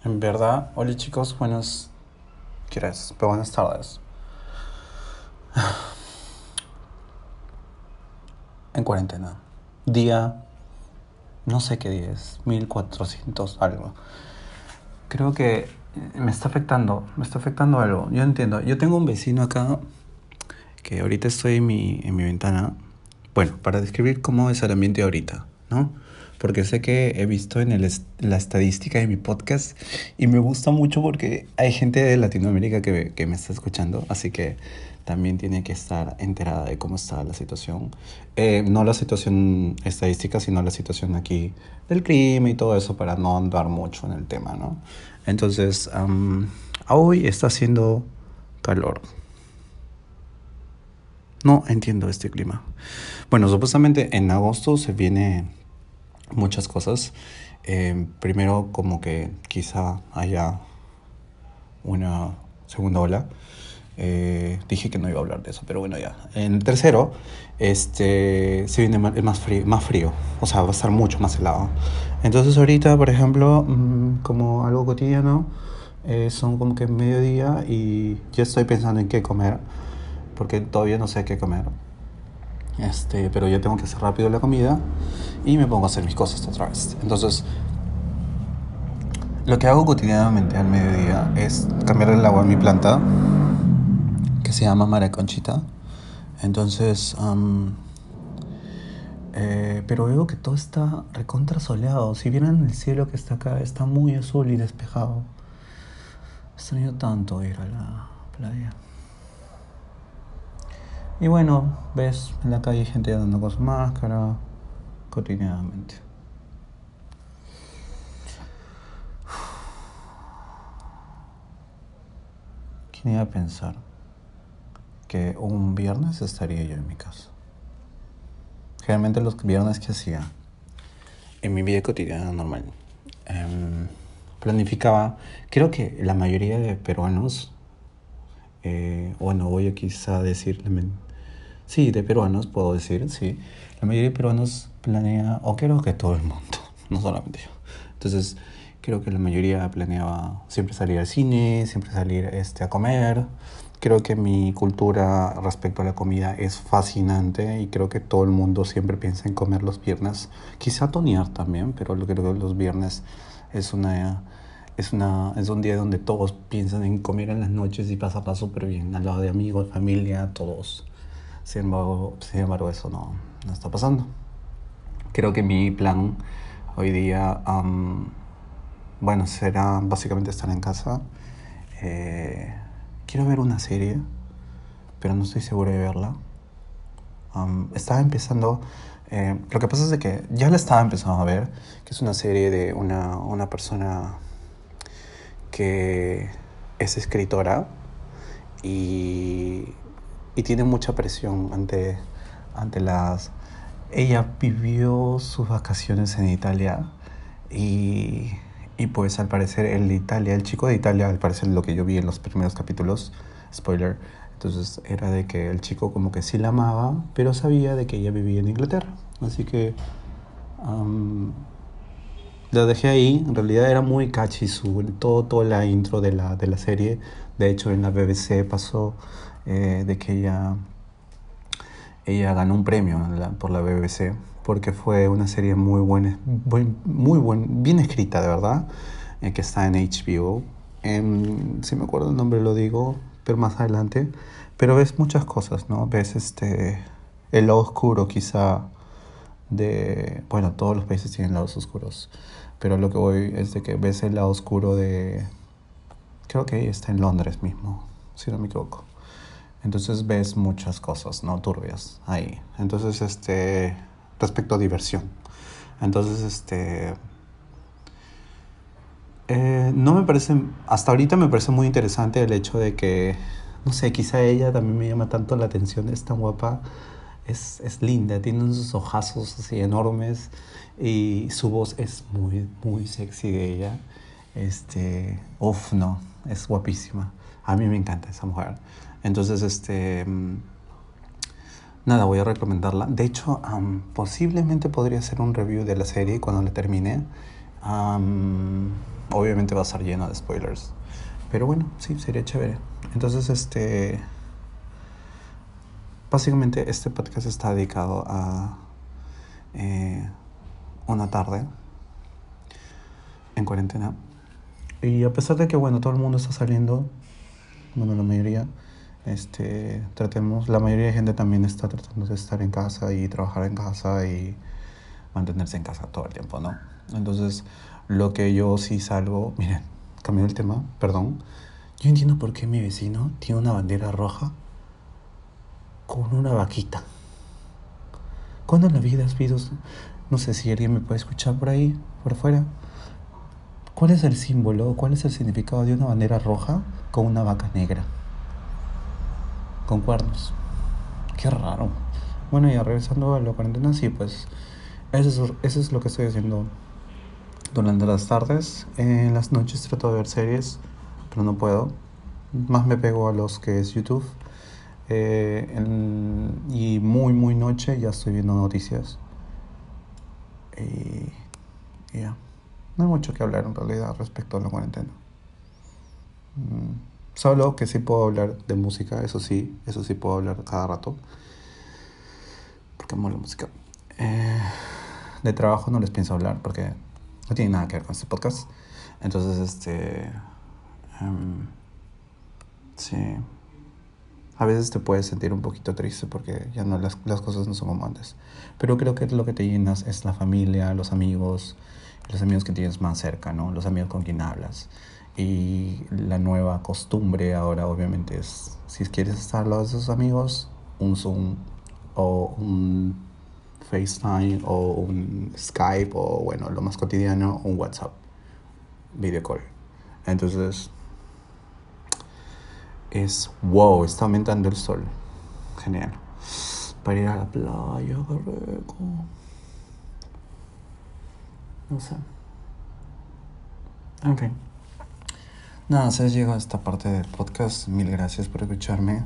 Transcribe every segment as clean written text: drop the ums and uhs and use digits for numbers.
En verdad, hola chicos, buenas tardes. En cuarentena. Día, no sé qué día es, 1400 algo. Creo que me está afectando algo. Yo entiendo, yo tengo un vecino acá que ahorita estoy en mi ventana. Bueno, para describir cómo es el ambiente ahorita, ¿no? Porque sé que he visto la estadística de mi podcast y me gusta mucho porque hay gente de Latinoamérica que me está escuchando, así que también tiene que estar enterada de cómo está la situación. No la situación estadística, sino la situación aquí del clima y todo eso para no andar mucho en el tema, ¿no? Entonces, hoy está haciendo calor. No entiendo este clima. Bueno, supuestamente en agosto se viene muchas cosas. Primero, como que quizá haya una segunda ola. Dije que no iba a hablar de eso, pero bueno, ya. En el tercero, se viene más frío. O sea, va a estar mucho más helado. Entonces ahorita, por ejemplo, como algo cotidiano, son como que mediodía y ya estoy pensando en qué comer, porque todavía no sé qué comer. Pero ya tengo que hacer rápido la comida y me pongo a hacer mis cosas otra vez. Entonces, lo que hago cotidianamente al mediodía es cambiar el agua a mi planta, que se llama Maraconchita. Entonces, pero veo que todo está recontra soleado. Si vieran el cielo que está acá, está muy azul y despejado. Extraño tanto ir a la playa. Y bueno, ves en la calle hay gente andando con su máscara cotidianamente. ¿Quién iba a pensar que un viernes estaría yo en mi casa? Generalmente los viernes que hacía en mi vida cotidiana normal, em, planificaba, creo que la mayoría de peruanos, bueno, voy a quizá decir, sí, de peruanos puedo decir, sí, la mayoría de peruanos planea, o creo que todo el mundo, no solamente yo. Entonces, creo que la mayoría planeaba siempre salir al cine, siempre salir a comer. Creo que mi cultura respecto a la comida es fascinante y creo que todo el mundo siempre piensa en comer los viernes. Quizá tonear también, pero lo que creo que los viernes es es un día donde todos piensan en comer en las noches y pasarla súper bien, al lado de amigos, familia, todos. Sin embargo, eso no está pasando. Creo que mi plan hoy día, bueno, será básicamente estar en casa. Eh, Quiero ver una serie, pero no estoy seguro de verla. Estaba empezando. Lo que pasa es de que ya la estaba empezando a ver, que es una serie de una persona que es escritora y, y tiene mucha presión ante las... Ella vivió sus vacaciones en Italia y, y pues al parecer el chico de Italia, al parecer lo que yo vi en los primeros capítulos, spoiler, entonces era de que el chico como que sí la amaba, pero sabía de que ella vivía en Inglaterra. Así que um, la dejé ahí. En realidad era muy catchy todo la intro de la serie. De hecho, en la BBC pasó de que ella ganó un premio por la BBC porque fue una serie muy buena, bien escrita, de verdad, que está en HBO. Si me acuerdo el nombre lo digo, pero más adelante. Pero ves muchas cosas, ¿no? Ves el lado oscuro quizá bueno, todos los países tienen lados oscuros, pero lo que voy es de que ves el lado oscuro creo que está en Londres mismo, si no me equivoco. Entonces ves muchas cosas, ¿no? Turbias ahí. Entonces, respecto a diversión. Entonces, no me parece, hasta ahorita me parece muy interesante el hecho de que, no sé, quizá ella también me llama tanto la atención, es tan guapa, es linda, tiene unos ojazos así enormes y su voz es muy, muy sexy de ella. No, es guapísima. A mí me encanta esa mujer. Entonces, nada, voy a recomendarla. De hecho, posiblemente podría hacer un review de la serie cuando la termine. obviamente va a estar lleno de spoilers. Pero bueno, sí, sería chévere. Entonces, básicamente este podcast está dedicado a una tarde en cuarentena. Y a pesar de que, bueno, todo el mundo está saliendo, bueno, la mayoría, la mayoría de gente también está tratando de estar en casa y trabajar en casa y mantenerse en casa todo el tiempo, ¿no? Entonces, lo que yo sí salgo, miren, cambió el tema, perdón. Yo entiendo por qué mi vecino tiene una bandera roja con una vaquita. ¿Cuándo en la vida has visto? No sé si alguien me puede escuchar por ahí, por afuera. ¿Cuál es el símbolo, cuál es el significado de una bandera roja con una vaca negra? Con cuernos. Qué raro. Bueno, ya regresando a la cuarentena, sí, pues eso es lo que estoy haciendo durante las tardes. En las noches trato de ver series, pero no puedo. Más me pego a los que es YouTube. Y muy, muy noche ya estoy viendo noticias. Y ya. No hay mucho que hablar en realidad respecto a la cuarentena. Solo que sí puedo hablar de música, eso sí puedo hablar cada rato. Porque amo la música. De trabajo no les pienso hablar porque no tiene nada que ver con este podcast. Entonces, sí. A veces te puedes sentir un poquito triste porque ya no las cosas no son como antes. Pero creo que lo que te llenas es la familia, los amigos que tienes más cerca, ¿no? Los amigos con quien hablas. Y la nueva costumbre ahora obviamente es, si quieres estar al lado de esos amigos, un Zoom o un FaceTime o un Skype o bueno, lo más cotidiano, un WhatsApp, video call. Entonces wow, está aumentando el sol. Genial. Para ir a la playa, qué rico. No sé. En fin. Nada, se ha llegado a esta parte del podcast. Mil gracias por escucharme.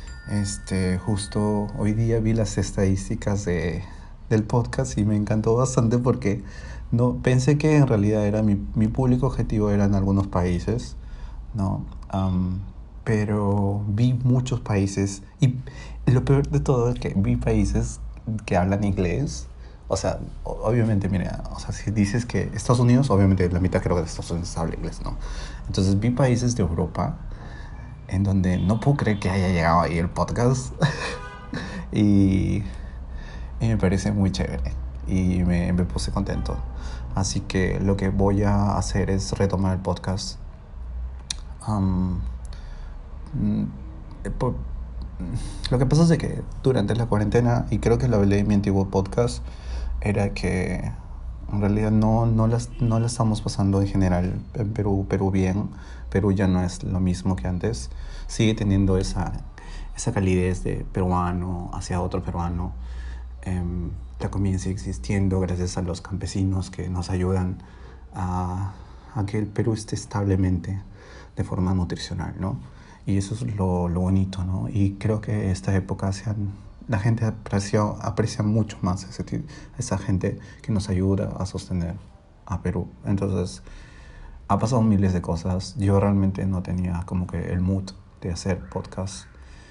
Justo hoy día vi las estadísticas del podcast y me encantó bastante porque no pensé que en realidad era mi público objetivo eran algunos países, ¿no? Pero vi muchos países y lo peor de todo es que vi países que hablan inglés. O sea, obviamente, mira, o sea, si dices que Estados Unidos, obviamente la mitad creo que de Estados Unidos habla inglés, ¿no? Entonces vi países de Europa en donde no puedo creer que haya llegado ahí el podcast y, y me parece muy chévere y me puse contento. Así que lo que voy a hacer es retomar el podcast. Um, por, lo que pasa es de que durante la cuarentena, y creo que lo hablé en mi antiguo podcast, era que en realidad no la estamos pasando en general en Perú bien. Perú ya no es lo mismo que antes. Sigue teniendo esa calidez de peruano hacia otro peruano. La comida sigue existiendo gracias a los campesinos que nos ayudan a que el Perú esté establemente de forma nutricional, ¿no? Y eso es lo bonito, ¿no? Y creo que esta época la gente aprecia mucho más esa gente que nos ayuda a sostener a Perú. Entonces, ha pasado miles de cosas. Yo realmente no tenía como que el mood de hacer podcast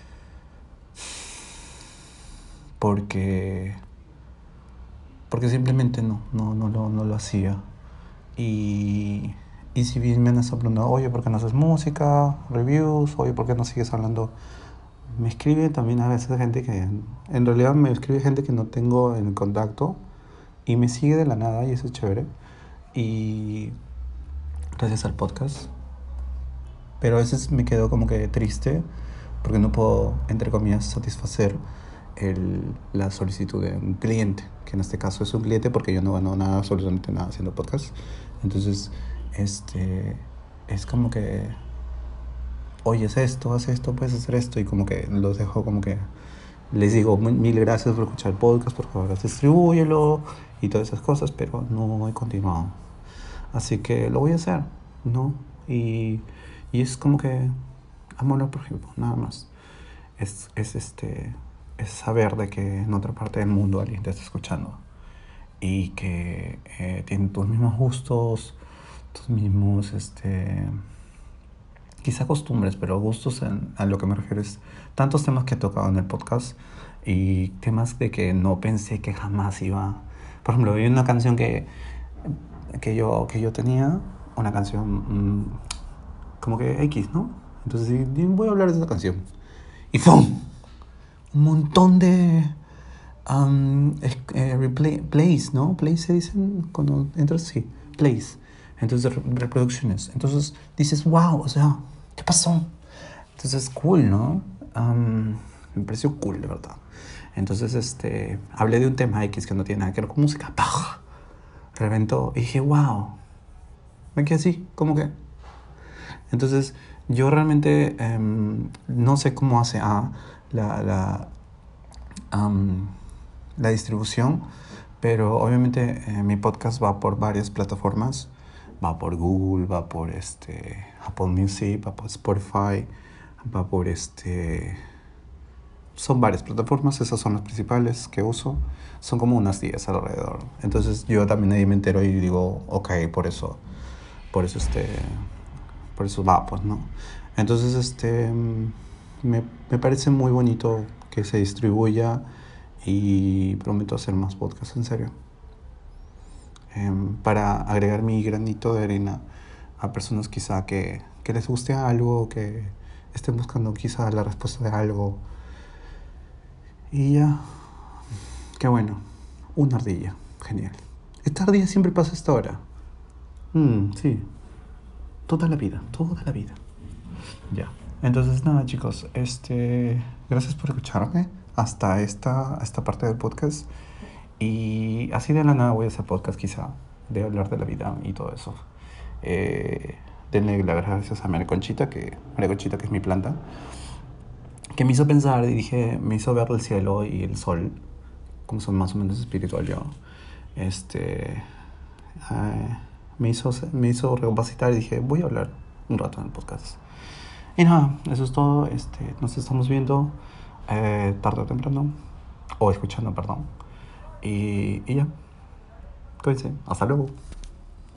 porque simplemente no lo hacía. Y, y si bien me han estado preguntando, oye, ¿por qué no haces música, reviews? Oye, ¿por qué no sigues hablando? Me escribe también a veces gente que, en realidad me escribe gente que no tengo en contacto y me sigue de la nada y eso es chévere. Y gracias al podcast. Pero a veces me quedo como que triste porque no puedo, entre comillas, satisfacer la solicitud de un cliente, que en este caso es un cliente porque yo no gano nada, absolutamente nada haciendo podcast. Entonces, es como que, oye, haz esto, puedes hacer esto, y como que los dejo como que, les digo mil gracias por escuchar el podcast, por favor, distribúyelo y todas esas cosas, pero no he continuado. Así que lo voy a hacer, ¿no? Y es como que amor por ejemplo, nada más. Es saber de que en otra parte del mundo alguien te está escuchando y que tiene tus mismos gustos, tus mismos, quizá costumbres, pero gustos a lo que me refiero es tantos temas que he tocado en el podcast y temas de que no pensé que jamás iba. Por ejemplo, hay una canción que yo tenía, una canción como que X, ¿no? Entonces voy a hablar de esa canción. Y ¡pum! Un montón de plays, ¿no? Plays se dicen cuando entras, sí, plays. Entonces, reproducciones. Entonces dices, wow, o sea, ¿qué pasó? Entonces, cool, ¿no? Me pareció cool, de verdad. Entonces, hablé de un tema X que no tiene nada que ver con música. ¡Pah! Reventó. Y dije, wow. Me quedé así, como que. Entonces, yo realmente no sé cómo hace la, la distribución, pero obviamente mi podcast va por varias plataformas. Va por Google, va por Apple Music, va por Spotify, va por son varias plataformas, esas son las principales que uso. Son como unas 10 alrededor. Entonces yo también ahí me entero y digo, ok, por eso por eso va, pues, ¿no? Entonces, me parece muy bonito que se distribuya y prometo hacer más podcasts, en serio. Para agregar mi granito de arena a personas quizá que les guste algo, que estén buscando quizá la respuesta de algo. Y ya, qué bueno, una ardilla, genial. Esta ardilla siempre pasa a esta hora. Sí, toda la vida, toda la vida. Ya. Entonces, nada, chicos, gracias por escucharme hasta esta parte del podcast. Y así de la nada voy a hacer podcast quizá, de hablar de la vida y todo eso. Denle las gracias a María Conchita, que es mi planta, que me hizo pensar y me hizo ver el cielo y el sol, como son más o menos espiritual yo. Este, me hizo recapacitar y dije, voy a hablar un rato en el podcast. Y nada, eso es todo. Nos estamos viendo tarde o temprano, o escuchando, perdón. Y ya, cuídense, hasta luego.